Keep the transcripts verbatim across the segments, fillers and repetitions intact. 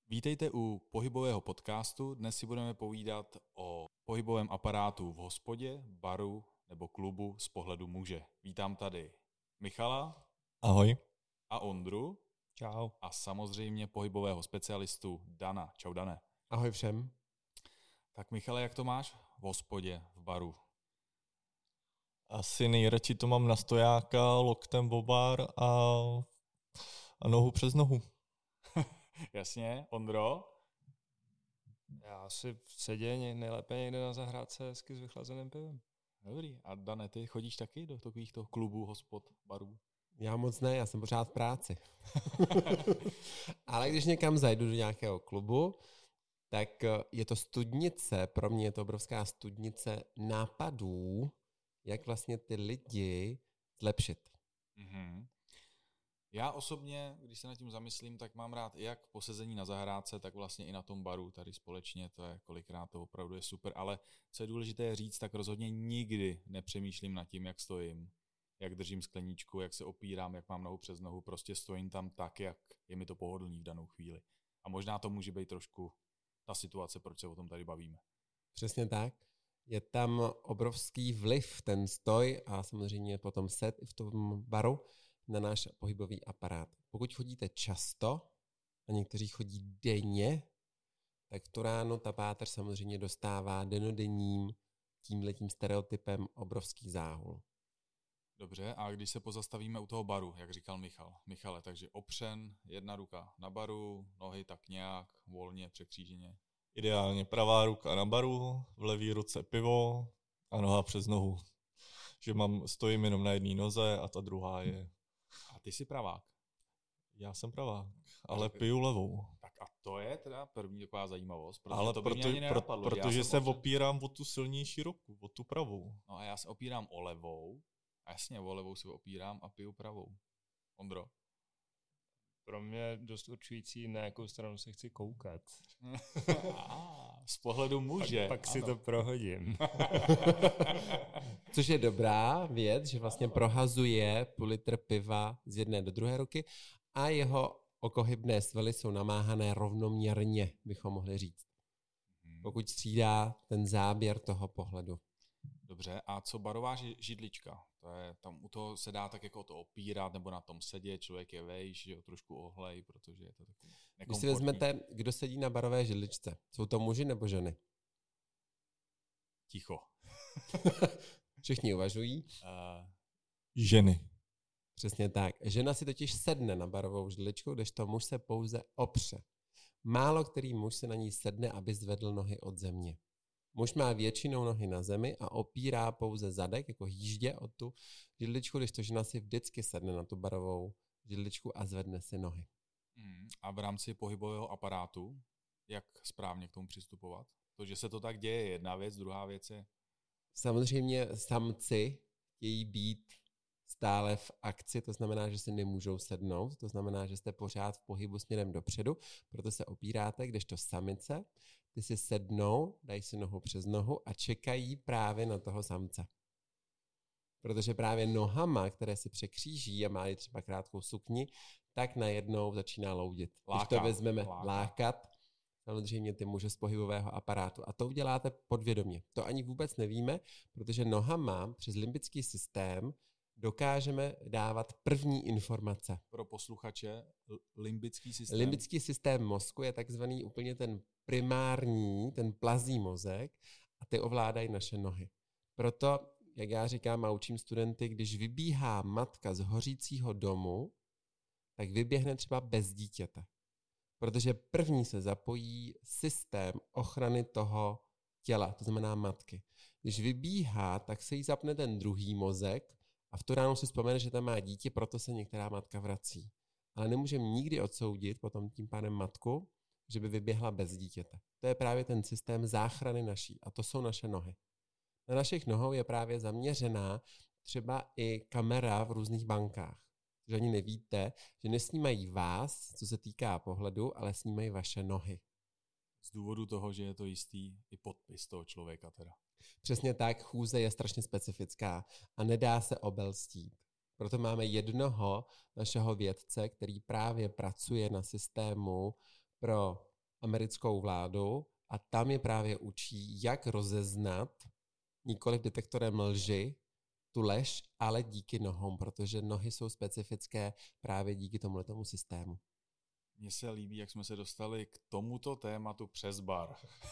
Vítejte u pohybového podcastu. Dnes si budeme povídat o pohybovém aparátu v hospodě, baru nebo klubu z pohledu muže. Vítám tady Michala. Ahoj. A Ondru. Čau. A samozřejmě pohybového specialistu Dana. Čau, Dane. Ahoj všem. Tak Michale, jak to máš v hospodě, v baru? Asi nejradši to mám na stojáka, loktem v bar a, a nohu přes nohu. Jasně. Ondro? Já asi v sedě nejlépe někde na zahrádce hezky s vychlazeným pivem. Dobrý. A Dane, ty chodíš taky do takovýchto klubů, hospod, barů? Já moc ne, já jsem pořád v práci. Ale když někam zajdu do nějakého klubu, tak je to studnice, pro mě je to obrovská studnice nápadů, jak vlastně ty lidi zlepšit. Mm-hmm. Já osobně, když se nad tím zamyslím, tak mám rád jak posezení na zahrádce, tak vlastně i na tom baru tady společně, to je kolikrát to opravdu je super, ale co je důležité říct, tak rozhodně nikdy nepřemýšlím nad tím, jak stojím, jak držím skleničku, jak se opírám, jak mám nohu přes nohu, prostě stojím tam tak, jak je mi to pohodlný v danou chvíli. A možná to může být trošku ta situace, proč se o tom tady bavíme. Přesně tak. Je tam obrovský vliv, ten stoj a samozřejmě potom set i v tom baru na náš pohybový aparát. Pokud chodíte často a někteří chodí denně, tak to ráno ta páteř samozřejmě dostává denodenním tímhletím stereotypem obrovský záhul. Dobře, a když se pozastavíme u toho baru, jak říkal Michal. Michale, takže opřen, jedna ruka na baru, nohy tak nějak, volně, překříženě. Ideálně pravá ruka na baru, v levé ruce pivo a noha přes nohu. Že mám, stojím jenom na jedné noze a ta druhá je... A ty jsi pravák? Já jsem pravák, ale piju levou. Tak a to je teda první taková zajímavost. Protože ale to by proto, mě ani pro, protože se opřen... opírám o tu silnější ruku, o tu pravou. No a já se opírám o levou, a jasně o levou se opírám a piju pravou. Ondro? Pro mě dost určující, na jakou stranu se chci koukat. Z pohledu muže. Pak, pak si to prohodím. Což je dobrá věc, že vlastně prohazuje půl litr piva z jedné do druhé ruky a jeho okohybné svaly jsou namáhané rovnoměrně, bychom mohli říct. Pokud střídá ten záběr toho pohledu. Dobře, a co barová židlička? To je, tam u toho se dá tak jako to opírat, nebo na tom sedět, člověk je vejš, že jo, trošku ohlej, protože je to takový nekomfortní. Když si vezmete, kdo sedí na barové židličce, jsou to muži nebo ženy? Ticho. Všichni uvažují? Uh... Ženy. Přesně tak. Žena si totiž sedne na barovou židličku, kdežto muž se pouze opře. Málo který muž se na ní sedne, aby zvedl nohy od země. Muž má většinou nohy na zemi a opírá pouze zadek, jako jíždě od tu židličku, když to žena si vždycky sedne na tu barovou židličku a zvedne si nohy. Hmm. A v rámci pohybového aparátu, jak správně k tomu přistupovat? To, že se to tak děje, je jedna věc, druhá věc je... Samozřejmě samci chtějí být stále v akci, to znamená, že si nemůžou sednout, to znamená, že jste pořád v pohybu směrem dopředu, proto se opíráte, kdežto samice, ty si sednou, dají si nohu přes nohu a čekají právě na toho samce. Protože právě nohama, které si překříží a má třeba krátkou sukni, tak najednou začíná loudit. Láká, Když to vezmeme láká. lákat, samozřejmě ty muže z pohybového aparátu. A to uděláte podvědomě. To ani vůbec nevíme, protože nohama přes limbický systém dokážeme dávat první informace. Pro posluchače limbický systém. Limbický systém mozku je takzvaný úplně ten primární, ten plazí mozek a ty ovládají naše nohy. Proto, jak já říkám a učím studenty, když vybíhá matka z hořícího domu, tak vyběhne třeba bez dítěte. Protože první se zapojí systém ochrany toho těla, to znamená matky. Když vybíhá, tak se jí zapne ten druhý mozek a v tu ránu si vzpomene, že tam má dítě, proto se některá matka vrací. Ale nemůžeme nikdy odsoudit potom tím pádem matku, že by vyběhla bez dítěte. To je právě ten systém záchrany naší a to jsou naše nohy. Na našich nohou je právě zaměřená třeba i kamera v různých bankách. Že ani nevíte, že nesnímají vás, co se týká pohledu, ale snímají vaše nohy. Z důvodu toho, že je to jistý i podpis toho člověka teda. Přesně tak, chůze je strašně specifická a nedá se obelstít. Proto máme jednoho našeho vědce, který právě pracuje na systému pro americkou vládu a tam je právě učí, jak rozeznat nikoliv detektorem lži, tu lež, ale díky nohou, protože nohy jsou specifické právě díky tomuto systému. Mně se líbí, jak jsme se dostali k tomuto tématu přes bar.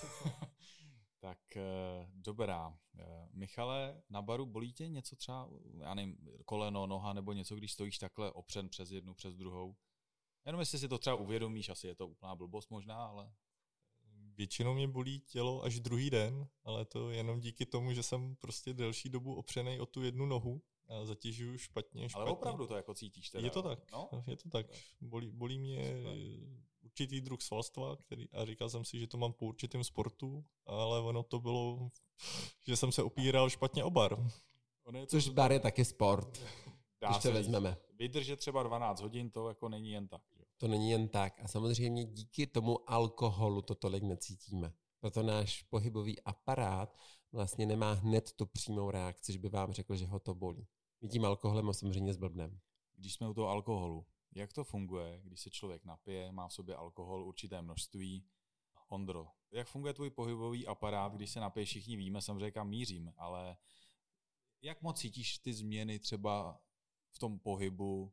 Tak dobrá. Michale, na baru bolí tě něco třeba, já nevím, koleno, noha nebo něco, když stojíš takhle opřen přes jednu, přes druhou? Jenom jestli si to třeba uvědomíš, asi je to úplná blbost možná, ale... Většinou mě bolí tělo až druhý den, ale to jenom díky tomu, že jsem prostě delší dobu opřenej o tu jednu nohu a zatěžuju špatně, špatně. Ale opravdu to jako cítíš teda? Je to tak, no? je to tak. Bolí, bolí mě určitý druh svalstva, který, a říkal jsem si, že to mám po určitém sportu, ale ono to bylo, že jsem se opíral špatně o bar. Což bar je taky sport, Dá když to vezmeme. Vydržet třeba dvanáct hodin, to jako není jen tak. Že? To není jen tak. A samozřejmě díky tomu alkoholu to tolik necítíme. Proto náš pohybový aparát vlastně nemá hned tu přímou reakci, že by vám řekl, že ho to bolí. My tím alkoholem samozřejmě zblbneme. Když jsme u toho alkoholu, jak to funguje, když se člověk napije, má v sobě alkohol určité množství? Ondro, jak funguje tvůj pohybový aparát, když se napiješ? Všichni víme, samozřejmě kam mířím, ale jak moc cítíš ty změny třeba v tom pohybu?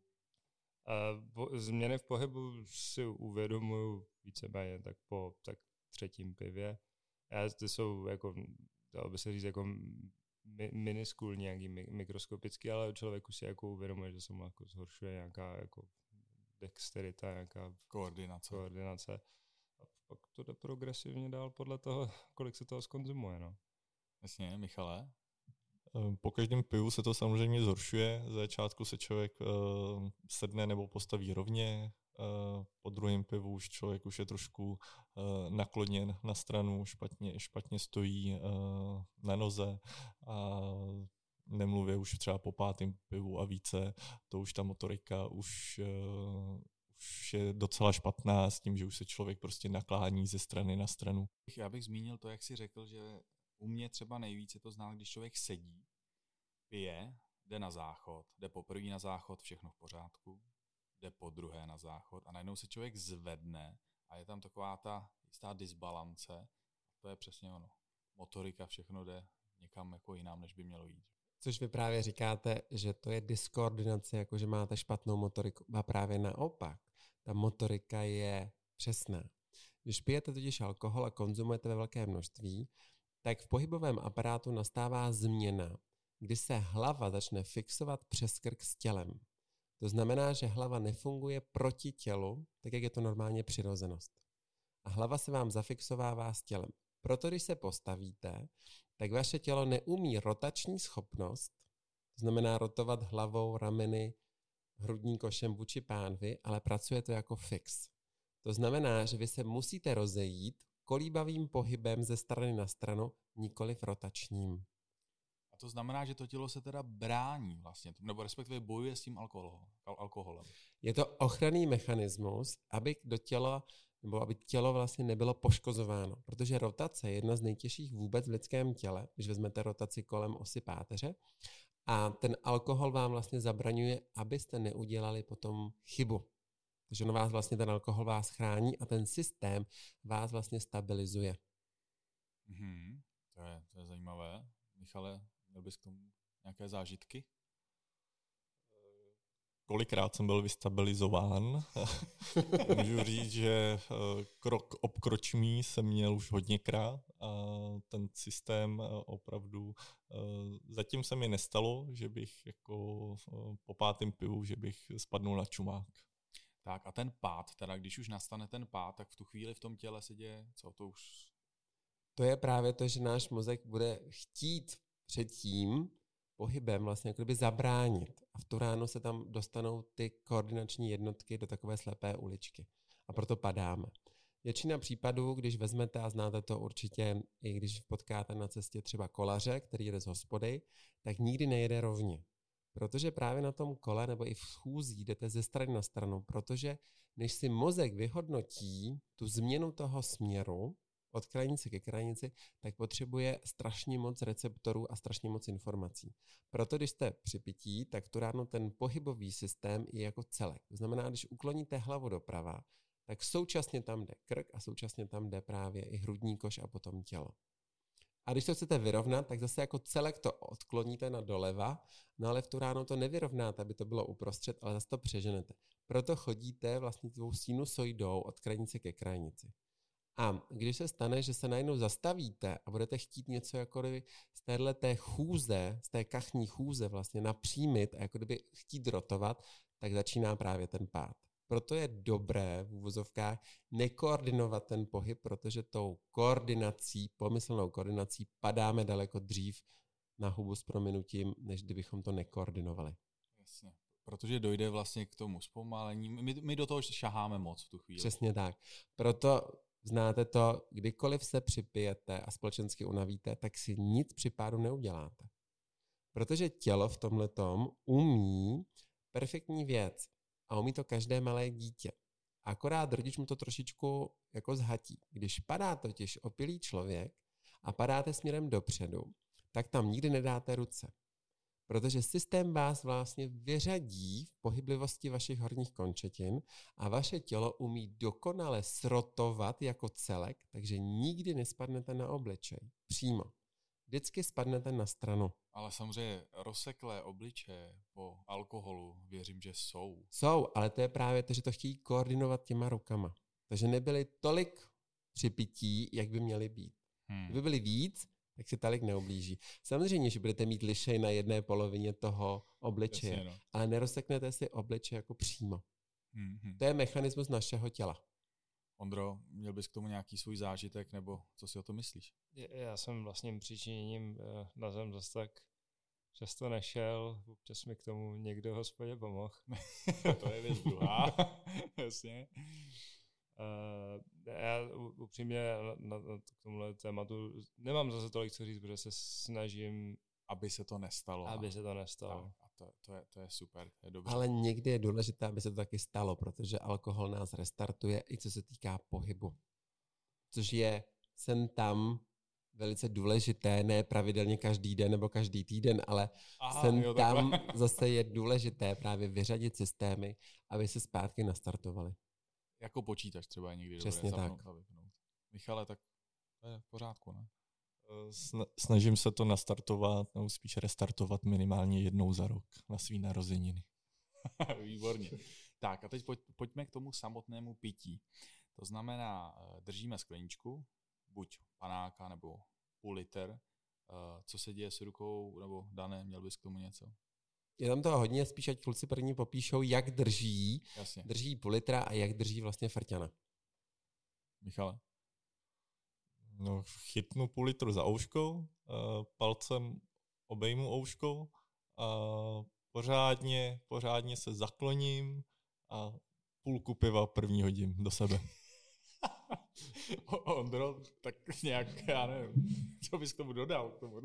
Uh, změny v pohybu si uvědomuju víceméně tak po tak třetím pivě. A ty jsou jako, dalo by se říct, jako mi, miniskulní, nějaký mikroskopický, ale člověku si jako uvědomuje, že se mu jako zhoršuje nějaká jako dexterita, nějaká koordinace. koordinace. A pak to jde progresivně dál podle toho, kolik se toho skonzumuje. No. Jasně, Michale? Po každém pivu se to samozřejmě zhoršuje. Z začátku se člověk uh, sedne nebo postaví rovně. Uh, po druhém pivu už člověk už je trošku uh, nakloněn na stranu, špatně, špatně stojí uh, na noze a nemluvě už třeba po pátém pivu a více. To už ta motorika už, uh, už je docela špatná s tím, že už se člověk prostě naklání ze strany na stranu. Já bych zmínil to, jak jsi řekl, že u mě třeba nejvíce to znám, když člověk sedí, pije, jde na záchod, jde poprvé na záchod, všechno v pořádku, jde po druhé na záchod a najednou se člověk zvedne a je tam taková ta jistá disbalance. To je přesně ono. Motorika, všechno jde někam jako jinam, než by mělo jít. Což vy právě říkáte, že to je diskoordinace, jako že máte špatnou motoriku. A právě naopak, ta motorika je přesná. Když pijete totiž alkohol a konzumujete ve velké množství, tak v pohybovém aparátu nastává změna, kdy se hlava začne fixovat přes krk s tělem. To znamená, že hlava nefunguje proti tělu, tak jak je to normálně přirozenost. A hlava se vám zafixovává s tělem. Proto když se postavíte, tak vaše tělo neumí rotační schopnost, to znamená rotovat hlavou, rameny, hrudním košem vůči pánvi, ale pracuje to jako fix. To znamená, že vy se musíte rozejít kolíbavým pohybem ze strany na stranu, nikoliv rotačním. A to znamená, že to tělo se teda brání vlastně, nebo respektive bojuje s tím alkohol, alkoholem. Je to ochranný mechanismus, aby do těla, nebo aby tělo vlastně nebylo poškozováno, protože rotace je jedna z nejtěžších vůbec v lidském těle, když vezmete rotaci kolem osy páteře, a ten alkohol vám vlastně zabraňuje, abyste neudělali potom chybu. Takže on vás vlastně, ten alkohol vás chrání a ten systém vás vlastně stabilizuje. Mm-hmm. To je, to je zajímavé. Michale, měl bys k tomu nějaké zážitky? Kolikrát jsem byl vystabilizován. Můžu říct, že krok obkročmý jsem měl už hodněkrát a ten systém opravdu, zatím se mi nestalo, že bych jako po pátém pivu, že bych spadnul na čumák. Tak a ten pád, teda když už nastane ten pád, tak v tu chvíli v tom těle se děje, co to už... To je právě to, že náš mozek bude chtít předtím pohybem vlastně jako kdyby zabránit. A v tu ránu se tam dostanou ty koordinační jednotky do takové slepé uličky. A proto padáme. Většina případů, když vezmete, a znáte to určitě, i když potkáte na cestě třeba kolaře, který jede z hospody, tak nikdy nejede rovně. Protože právě na tom kole nebo i v schůzí jdete ze strany na stranu, protože než si mozek vyhodnotí tu změnu toho směru od krajnice ke krajnici, tak potřebuje strašně moc receptorů a strašně moc informací. Proto když jste při pití, tak tu ráno ten pohybový systém je jako celek. To znamená, když ukloníte hlavu doprava, tak současně tam jde krk a současně tam jde právě i hrudní koš a potom tělo. A když to chcete vyrovnat, tak zase jako celek to odkloníte na doleva, no ale v tu ránu to nevyrovnáte, aby to bylo uprostřed, ale zase to přeženete. Proto chodíte vlastně tou sinusoidou od krajnice ke krajnici. A když se stane, že se najednou zastavíte a budete chtít něco jako z téhleté chůze, z té kachní chůze vlastně napřímit a jako kdyby chtít rotovat, tak začíná právě ten pád. Proto je dobré v uvozovkách nekoordinovat ten pohyb, protože tou koordinací, pomyslnou koordinací padáme daleko dřív na hubu s prominutím, než kdybychom to nekoordinovali. Jasně, protože dojde vlastně k tomu zpomalení. My, my do toho šaháme moc v tu chvíli. Přesně tak. Proto znáte to, kdykoliv se připijete a společensky unavíte, tak si nic při pádu neuděláte. Protože tělo v tomhletom umí perfektní věc a umí to každé malé dítě. Akorát rodič mu to trošičku jako zhatí. Když padá totiž opilý člověk a padáte směrem dopředu, tak tam nikdy nedáte ruce. Protože systém vás vlastně vyřadí v pohyblivosti vašich horních končetin a vaše tělo umí dokonale srotovat jako celek, takže nikdy nespadnete na obličej. Přímo. Vždycky spadnete na stranu. Ale samozřejmě rozseklé obličeje po alkoholu věřím, že jsou. Jsou, ale to je právě to, že to chtějí koordinovat těma rukama. Takže nebyly tolik připití, jak by měly být. Hmm. Kdyby byly víc, tak se tolik neublíží. Samozřejmě, že budete mít lišej na jedné polovině toho obličeje, Jasně, no. ale nerozseknete si obličej jako přímo. Hmm, hmm. To je mechanismus našeho těla. Ondro, měl bys k tomu nějaký svůj zážitek, nebo co si o to myslíš? Já jsem vlastně přičiněním na zem zase tak často nešel, občas mi k tomu někdo v hospodě pomohl. To je věc druhá. Jasně. Uh, já upřímně na, na, na tomhle tématu nemám zase tolik co říct, protože se snažím, aby se to nestalo. aby se to nestalo. Tak, a to, to, je, to je super, to je dobře. Ale někdy je důležité, aby se to taky stalo, protože alkohol nás restartuje i co se týká pohybu. Což je sem tam velice důležité, ne pravidelně každý den nebo každý týden, ale Aha, sem jo, tam zase je důležité právě vyřadit systémy, aby se zpátky nastartovaly. Jako počítač třeba je někdy Přesně dobré tak. zapnout a vypnout. Michale, tak to je v pořádku, ne? Snažím se to nastartovat, nebo spíš restartovat minimálně jednou za rok na svý narozeniny. Výborně. Tak a teď pojď, pojďme k tomu samotnému pití. To znamená, držíme skleničku, buď panáka nebo půl liter. Co se děje s rukou, nebo Dané, měl bys k tomu něco? Je tam toho hodně, spíš ať kluci první popíšou, jak drží, Jasně. drží půl litra a jak drží vlastně frťana. Michale? No, chytnu půl litru za ouškou, palcem obejmu ouškou a pořádně, pořádně se zakloním a půlku piva první hodím do sebe. Ondro, tak nějak, já nevím, co bys k tomu dodal? K tomu? Uh,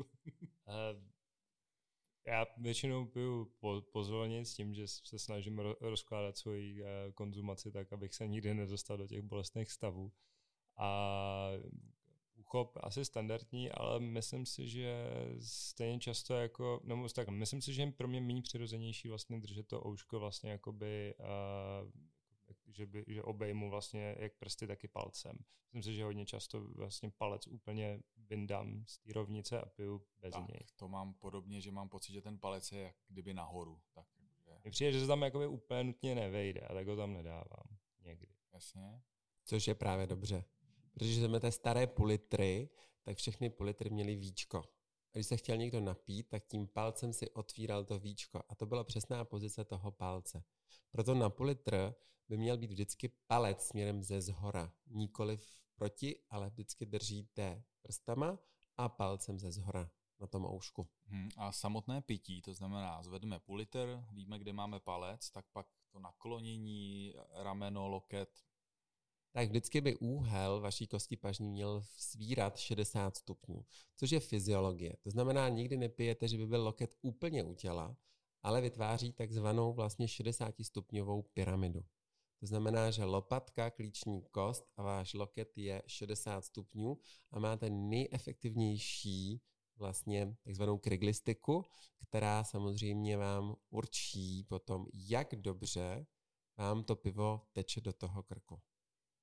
já většinou piju po, pozvolně s tím, že se snažím ro, rozkládat svoji uh, konzumaci tak, abych se nikdy nedostal do těch bolestných stavů. A úchop asi standardní, ale myslím si, že stejně často jako, no tak, myslím si, že je pro mě méně přirozenější vlastně držet to ouško vlastně jakoby, uh, že, by, že obejmu vlastně jak prsty, tak i palcem. Myslím si, že hodně často vlastně palec úplně vyndám z té rovnice a piju bez tak, něj. To mám podobně, že mám pocit, že ten palec je jak kdyby nahoru. Tak, že... Mně přijde, že se tam jakoby úplně nutně nevejde a tak ho tam nedávám někdy. Jasně. Což je právě dobře. Protože jsme té staré půl litry, tak všechny půl litry měly víčko. A když se chtěl někdo napít, tak tím palcem si otvíral to víčko. A to byla přesná pozice toho palce. Proto na půl litr by měl být vždycky palec směrem ze zhora. Nikoliv proti, ale vždycky držíte prstama a palcem ze zhora na tom oušku. Hmm, a samotné pití, to znamená, zvedneme půl litr, víme, kde máme palec, tak pak to naklonění, rameno, loket. Tak vždycky by úhel vaší kosti pažní měl svírat šedesát stupňů, což je fyziologie. To znamená, nikdy nepijete, že by byl loket úplně u těla, ale vytváří takzvanou vlastně šedesátistupňovou pyramidu. To znamená, že lopatka, klíční kost a váš loket je šedesát stupňů a máte nejefektivnější vlastně takzvanou kriglistiku, která samozřejmě vám určí potom, jak dobře vám to pivo teče do toho krku.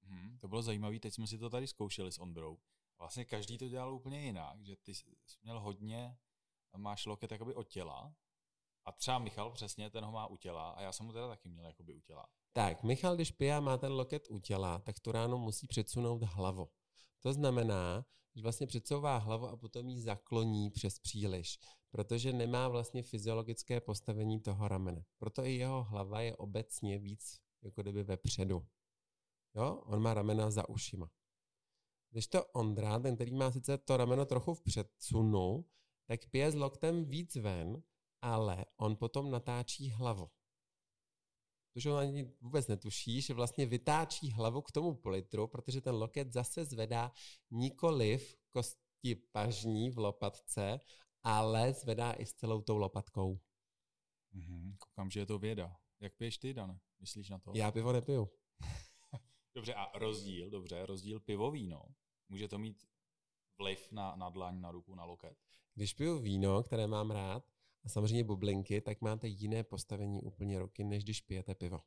Hmm, to bylo zajímavé, teď jsme si to tady zkoušeli s Ondrou. Vlastně každý to dělal úplně jinak, že ty jsi měl hodně, máš loket jakoby od těla a třeba Michal přesně, ten ho má u těla a já jsem ho teda taky měl jakoby u těla. Tak, Michal, když pije a má ten loket u těla, tak tu ránu musí předsunout hlavu. To znamená, že vlastně předsouvá hlavu a potom ji zakloní přes příliš, protože nemá vlastně fyziologické postavení toho ramene. Proto i jeho hlava je obecně víc jako kdyby vepředu. Jo? On má ramena za ušima. Když to Ondra, ten, který má sice to rameno trochu v předsunu, tak pije s loktem víc ven, ale on potom natáčí hlavu. Protože on ani vůbec netuší, že vlastně vytáčí hlavu k tomu politru, protože ten loket zase zvedá nikoliv kosti pažní v lopatce, ale zvedá i s celou tou lopatkou. Mm-hmm. Koukám, že je to věda. Jak piješ ty, Dane? Myslíš na to? Já pivo nepiju. Dobře, a rozdíl, dobře, rozdíl pivo-víno. Může to mít vliv na, na dlaň, na ruku, na loket? Když piju víno, které mám rád, a samozřejmě bublinky, tak máte jiné postavení úplně ruky, než když pijete pivo.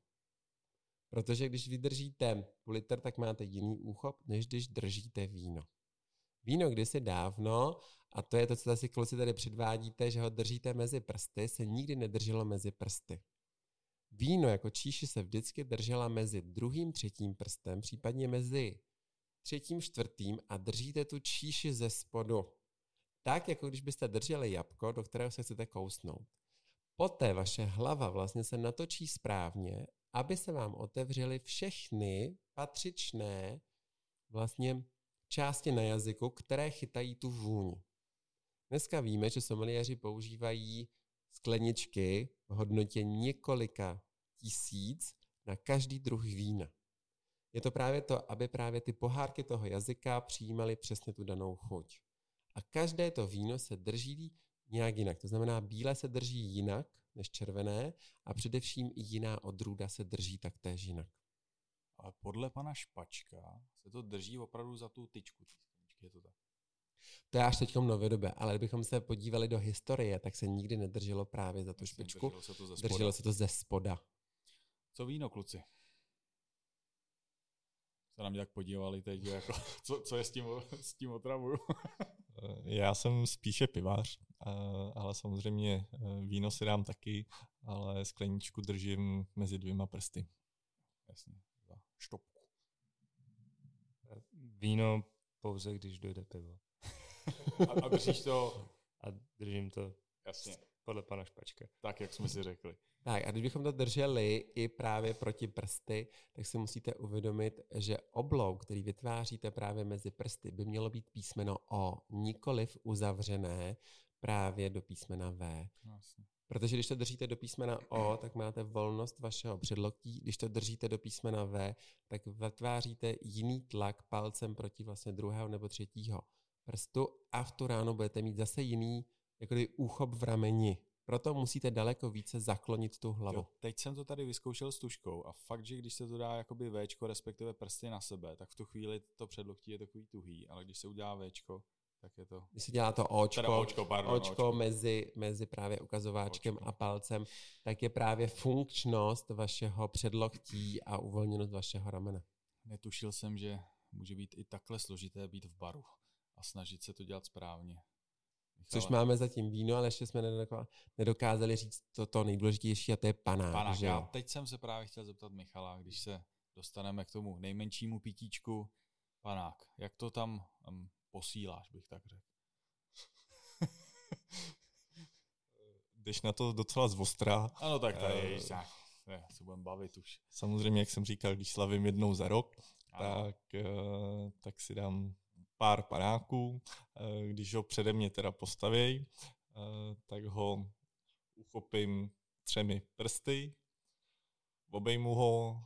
Protože když vydržíte půl litr, tak máte jiný úchop, než když držíte víno. Víno kdysi dávno, a to je to, co si kluci tady předvádíte, že ho držíte mezi prsty, se nikdy nedrželo mezi prsty. Víno jako číši se vždycky držela mezi druhým, třetím prstem, případně mezi třetím, čtvrtým a držíte tu číši ze spodu. Tak, jako když byste drželi jabko, do kterého se chcete kousnout. Poté vaše hlava vlastně se natočí správně, aby se vám otevřely všechny patřičné vlastně části na jazyku, které chytají tu vůni. Dneska víme, že sommeliéři používají skleničky v hodnotě několika tisíc na každý druh vína. Je to právě to, aby právě ty pohárky toho jazyka přijímaly přesně tu danou chuť. A každé to víno se drží nějak jinak. To znamená, bílé se drží jinak než červené a především i jiná odrůda se drží taktéž jinak. Ale podle pana Špačka se to drží opravdu za tu tyčku. Je to tak? To je až teďkom novodobé, ale kdybychom se podívali do historie, tak se nikdy nedrželo právě za tu Myslím, špičku. Drželo se to ze spoda. Drželo se to ze spoda. Co víno, kluci? Se na mě tak podívali teď, jako, co, co je s tím, s tím otravuju. Já jsem spíše pivář, ale samozřejmě víno si dám taky, ale skleničku držím mezi dvěma prsty. Jasně, za štopku. Víno pouze, když dojde pivo. A, a držíš to? A držím to Jasně. Podle pana Špačka. Tak, jak jsme si řekli. Tak a kdybychom to drželi i právě proti prsty, tak si musíte uvědomit, že oblouk, který vytváříte právě mezi prsty, by mělo být písmeno O, nikoliv uzavřené právě do písmena V. Jasně. Protože když to držíte do písmena O, tak máte volnost vašeho předloktí, když to držíte do písmena V, tak vytváříte jiný tlak palcem proti vlastně druhého nebo třetího prstu a v tu ránu budete mít zase jiný jako úchop v rameni. Proto musíte daleko více zaklonit tu hlavu. Jo, teď jsem to tady vyzkoušel s tužkou a fakt, že když se to dá jakoby Včko, respektive prsty na sebe, tak v tu chvíli to předloktí je takový tuhý, ale když se udělá Včko, tak je to... Když se dělá to Očko, teda očko, pardon, očko, očko. Mezi, mezi právě ukazováčkem očko. A palcem, tak je právě funkčnost vašeho předloktí a uvolněnost vašeho ramene. Netušil jsem, že může být i takhle složité být v baru a snažit se to dělat správně. Což ale... máme zatím víno, ale ještě jsme nedokázali říct to, to nejdůležitější a to je panák. Panák, že? Já teď jsem se právě chtěl zeptat Michala, když se dostaneme k tomu nejmenšímu pitíčku, panák, jak to tam um, posíláš, bych tak řekl? Jdeš na to docela zvostrá. Ano, tak tady uh, ne, se budeme bavit už. Samozřejmě, jak jsem říkal, když slavím jednou za rok, tak, uh, tak si dám pár panáků, když ho přede mě teda postavěj, tak ho uchopím třemi prsty, obejmu ho,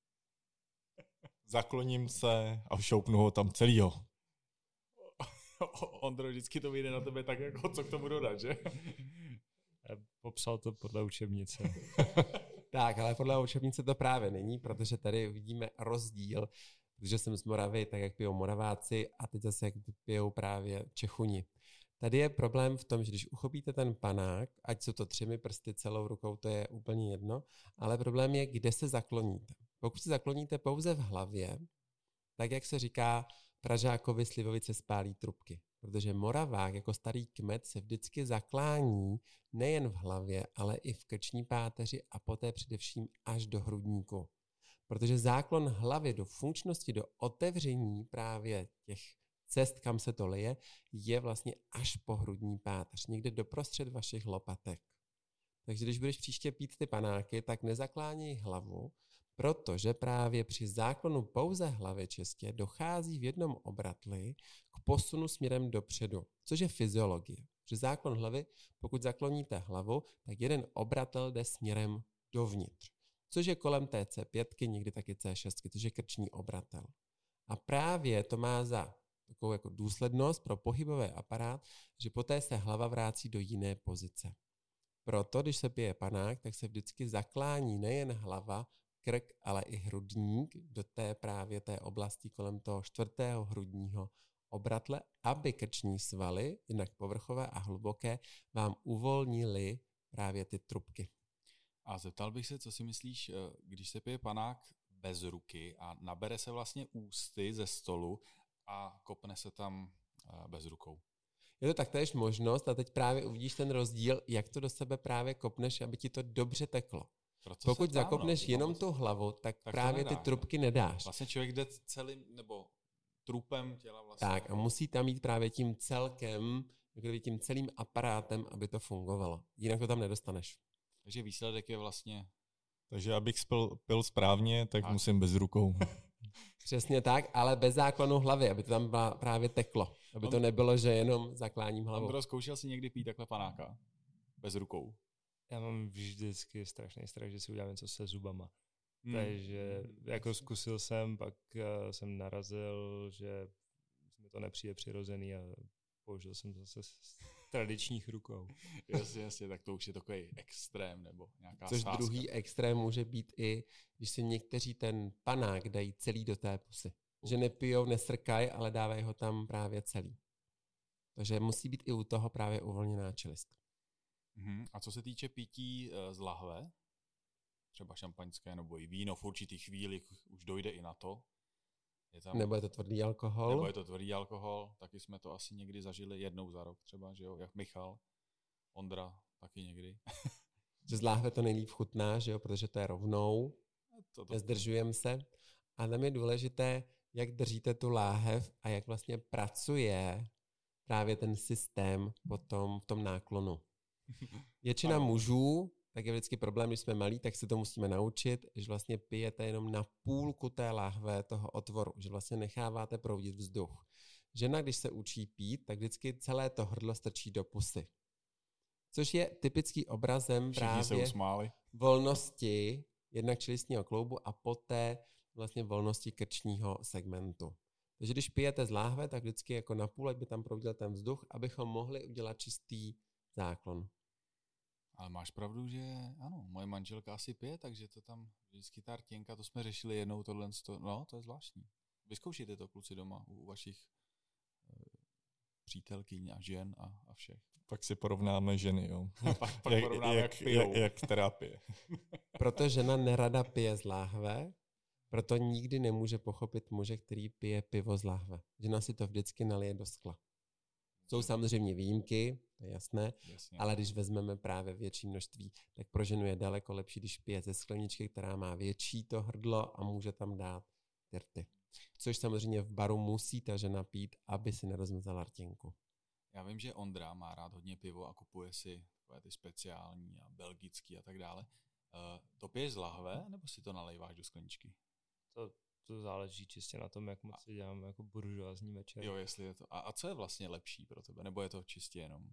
zakloním se a šoupnu ho tam celýho. Ondro, vždycky to vyjde na tebe tak, jako co k tomu dodat, že? Popsal to podle učebnice. Tak, ale podle učebnice to právě není, protože tady vidíme rozdíl, protože jsem z Moravy, tak jak pijou Moraváci a teď zase jak pijou právě Čechuni. Tady je problém v tom, že když uchopíte ten panák, ať jsou to třemi prsty celou rukou, to je úplně jedno, ale problém je, kde se zakloníte. Pokud se zakloníte pouze v hlavě, tak jak se říká, Pražákovi slivovice spálí trubky. Protože Moravák jako starý kmet se vždycky zaklání nejen v hlavě, ale i v krční páteři a poté především až do hrudníku. Protože záklon hlavy do funkčnosti, do otevření právě těch cest, kam se to lije, je vlastně až po hrudní páteř, někde doprostřed vašich lopatek. Takže když budeš příště pít ty panáky, tak nezakláněj hlavu, protože právě při záklonu pouze hlavy čistě dochází v jednom obratli k posunu směrem dopředu, což je fyziologie. Při záklon hlavy, pokud zakloníte hlavu, tak jeden obratel jde směrem dovnitř, což je kolem té C pět, někdy taky C šest, což je krční obratel. A právě to má za takovou jako důslednost pro pohybový aparát, že poté se hlava vrací do jiné pozice. Proto, když se pije panák, tak se vždycky zaklání nejen hlava, krk, ale i hrudník do té právě té oblasti kolem toho čtvrtého hrudního obratle, aby krční svaly, jinak povrchové a hluboké, vám uvolnily právě ty trubky. A zeptal bych se, co si myslíš, když se pije panák bez ruky a nabere se vlastně ústy ze stolu a kopne se tam bez rukou? Je to taktéž možnost a teď právě uvidíš ten rozdíl, jak to do sebe právě kopneš, aby ti to dobře teklo. Pokud ptám, zakopneš no, jenom tu hlavu, tak, tak právě nedá, ty trubky ne? nedáš. Vlastně člověk jde celým, nebo trupem těla vlastně. Tak a musí tam jít právě tím celkem, jako tím celým aparátem, aby to fungovalo. Jinak to tam nedostaneš. Takže výsledek je vlastně... Takže abych spil, pil správně, tak a. musím bez rukou. Přesně tak, ale bez záklonu hlavy, aby to tam právě teklo. Aby to nebylo, že jenom zakláním hlavou. Ondro, zkoušel jsi někdy pít takhle panáka? Bez rukou? Já mám vždycky strašný strach, že si udělám něco se zubama. Hmm. Takže jako zkusil jsem, pak uh, jsem narazil, že mi to nepřijde přirozený a použil jsem zase z tradičních rukou. Jasně, jasně, tak to už je takový extrém nebo nějaká Což sázka. Druhý extrém může být i, když si někteří ten panák dají celý do té pusy. Že nepijou, nesrkají, ale dávají ho tam právě celý. Takže musí být i u toho právě uvolněná čelist. Uhum. A co se týče pití z lahve, třeba šampaňské nebo i víno v určitý chvíli už dojde i na to. Je tam, nebo je to tvrdý alkohol. Nebo je to tvrdý alkohol, taky jsme to asi někdy zažili jednou za rok třeba, že jo, jak Michal, Ondra taky někdy. Že z láhve to nejlíp chutná, že jo, protože to je rovnou, to, to, nezdržujeme se. A tam je důležité, jak držíte tu láhev a jak vlastně pracuje právě ten systém potom v tom náklonu. Většina mužů, tak je vždycky problém, když jsme malí, tak se to musíme naučit, že vlastně pijete jenom na půlku té láhve toho otvoru, že vlastně necháváte proudit vzduch. Žena, když se učí pít, tak vždycky celé to hrdlo strčí do pusy. Což je typický obrazem Všichni právě volnosti jednak čelistního kloubu a poté vlastně volnosti krčního segmentu. Takže když pijete z láhve, tak vždycky jako na půl, ať by tam proudil ten vzduch, abychom mohli udělat čistý záklon. Ale máš pravdu, že ano, moje manželka asi pije, takže to tam vždycky ta rtěnka, to jsme řešili jednou tohle, no to je zvláštní. Vyzkoušíte to kluci doma u vašich e, přítelkyň a žen a, a všech. Pak si porovnáme ženy, jo. pak, pak jak, porovnáme, jak, jak pijou. Jak, jak terapie. Proto žena nerada pije z láhve, proto nikdy nemůže pochopit muže, který pije pivo z láhve. Žena si to vždycky nalije do skla. Jsou samozřejmě výjimky, to je jasné, Jasně. Ale když vezmeme právě větší množství, tak pro ženu je daleko lepší, když pije ze skleničky, která má větší to hrdlo a může tam dát ty rty. Což samozřejmě v baru musí ta žena pít, aby si nerozmrzala rtěnku. Já vím, že Ondra má rád hodně pivo a kupuje si takové ty speciální a belgický a tak dále. Uh, to piješ z lahve, nebo si to nalejváš do skleničky? To, to záleží čistě na tom, jak moc si dělám jako buržoazní večer. Jo, jestli je to. A, a co je vlastně lepší pro tebe? Nebo je to čistě jenom?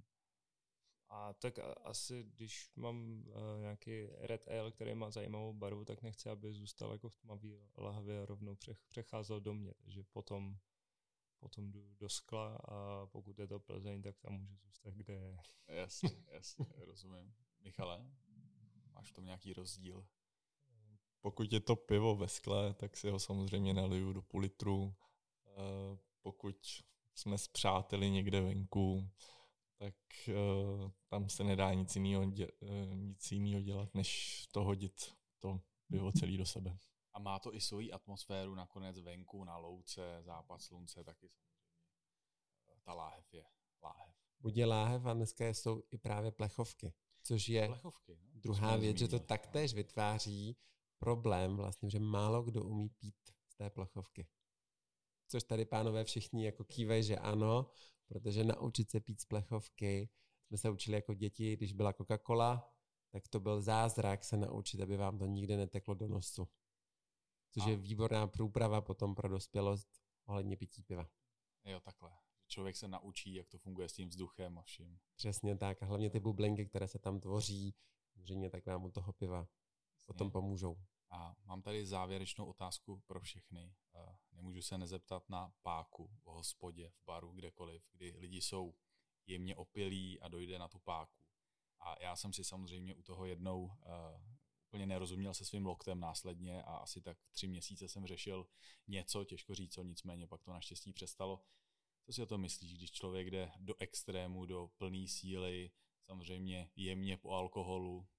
A tak a, asi, když mám uh, nějaký red ale, který má zajímavou barvu, tak nechci, aby zůstal jako v tmavé lahvě a rovnou přech, přecházel do mě. Takže potom, potom jdu do skla a pokud je to Plzeň, tak tam může zůstat, kde je. Jasně, jasně, rozumím. Michale, máš v tom nějaký rozdíl? Pokud je to pivo ve skle, tak si ho samozřejmě naliju do půl litru. Pokud jsme s přáteli někde venku, tak tam se nedá nic jiného, nic jiného dělat, než to hodit to pivo celý do sebe. A má to i svoji atmosféru nakonec venku, na louce, západ slunce, taky samozřejmě. Ta láhev je láhev. Buď je láhev a dneska jsou i právě plechovky, což je Plechovky, no? druhá věc, že to taktéž vytváří problém vlastně, že málo kdo umí pít z té plechovky. Což tady pánové všichni jako kývají, že ano, protože naučit se pít z plechovky, jsme se učili jako děti, když byla Coca-Cola, tak to byl zázrak se naučit, aby vám to nikdy neteklo do nosu. Což a. je výborná průprava potom pro dospělost ohledně pití piva. Jo, takhle. Člověk se naučí, jak to funguje s tím vzduchem a vším. Přesně tak. A hlavně ty bublinky, které se tam tvoří, samozřejmě tak vám u toho piva potom pomůžou. A mám tady závěrečnou otázku pro všechny. Nemůžu se nezeptat na páku v hospodě, v baru, kdekoliv, kdy lidi jsou jemně opilí a dojde na tu páku. A já jsem si samozřejmě u toho jednou uh, úplně nerozuměl se svým loktem následně a asi tak tři měsíce jsem řešil něco, těžko říct co, nicméně pak to naštěstí přestalo. Co si o tom myslíš, když člověk jde do extrému, do plné síly, samozřejmě jemně po alkoholu?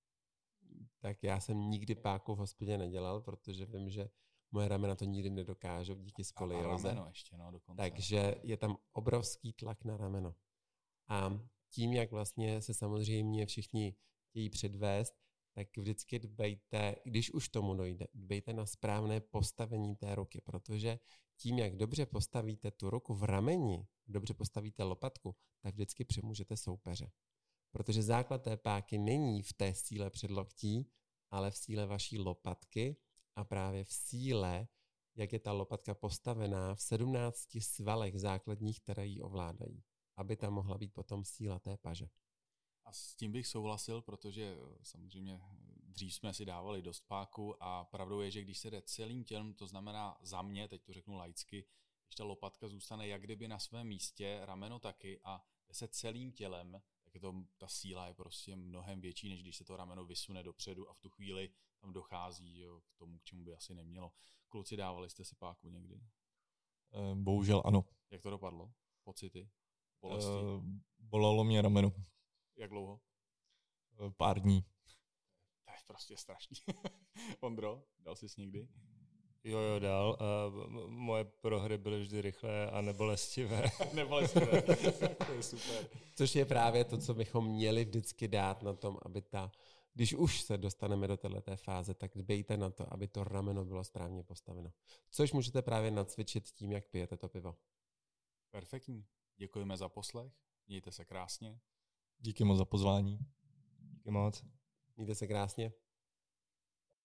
Tak já jsem nikdy páku v hospodě nedělal, protože vím, že moje ramena to nikdy nedokážou díky skolioze. A rameno ještě, no, dokonce. Takže je tam obrovský tlak na rameno. A tím, jak vlastně se samozřejmě všichni chtějí předvést, tak vždycky dbejte, když už tomu dojde, dbejte na správné postavení té ruky, protože tím, jak dobře postavíte tu ruku v rameni, dobře postavíte lopatku, tak vždycky přemůžete soupeře. Protože základ té páky není v té síle předloktí, ale v síle vaší lopatky a právě v síle, jak je ta lopatka postavená v sedmnácti svalech základních, které ji ovládají, aby tam mohla být potom síla té paže. A s tím bych souhlasil, protože samozřejmě dřív jsme si dávali dost páku a pravdou je, že když se jde celým tělem, to znamená za mě, teď to řeknu laicky, když ta lopatka zůstane jak kdyby na svém místě, rameno taky a jde se celým tělem, tak je to, ta síla je prostě mnohem větší, než když se to rameno vysune dopředu a v tu chvíli tam dochází jo, k tomu, k čemu by asi nemělo. Kluci, dávali jste si páku někdy? Bohužel ano. Jak to dopadlo? Pocity? Bolesti? Uh, bolelo mě rameno. Jak dlouho? Uh, pár dní. To je prostě strašný. Ondro, dal jsi někdy? Jo, jo, dál. Uh, moje prohry byly vždy rychlé a nebolestivé. Nebolestivé, to je super. Což je právě to, co bychom měli vždycky dát na tom, aby ta, když už se dostaneme do této fáze, tak dbejte na to, aby to rameno bylo správně postaveno. Což můžete právě nacvičit tím, jak pijete to pivo. Perfektní. Děkujeme za poslech. Mějte se krásně. Díky moc za pozvání. Díky moc. Mějte se krásně.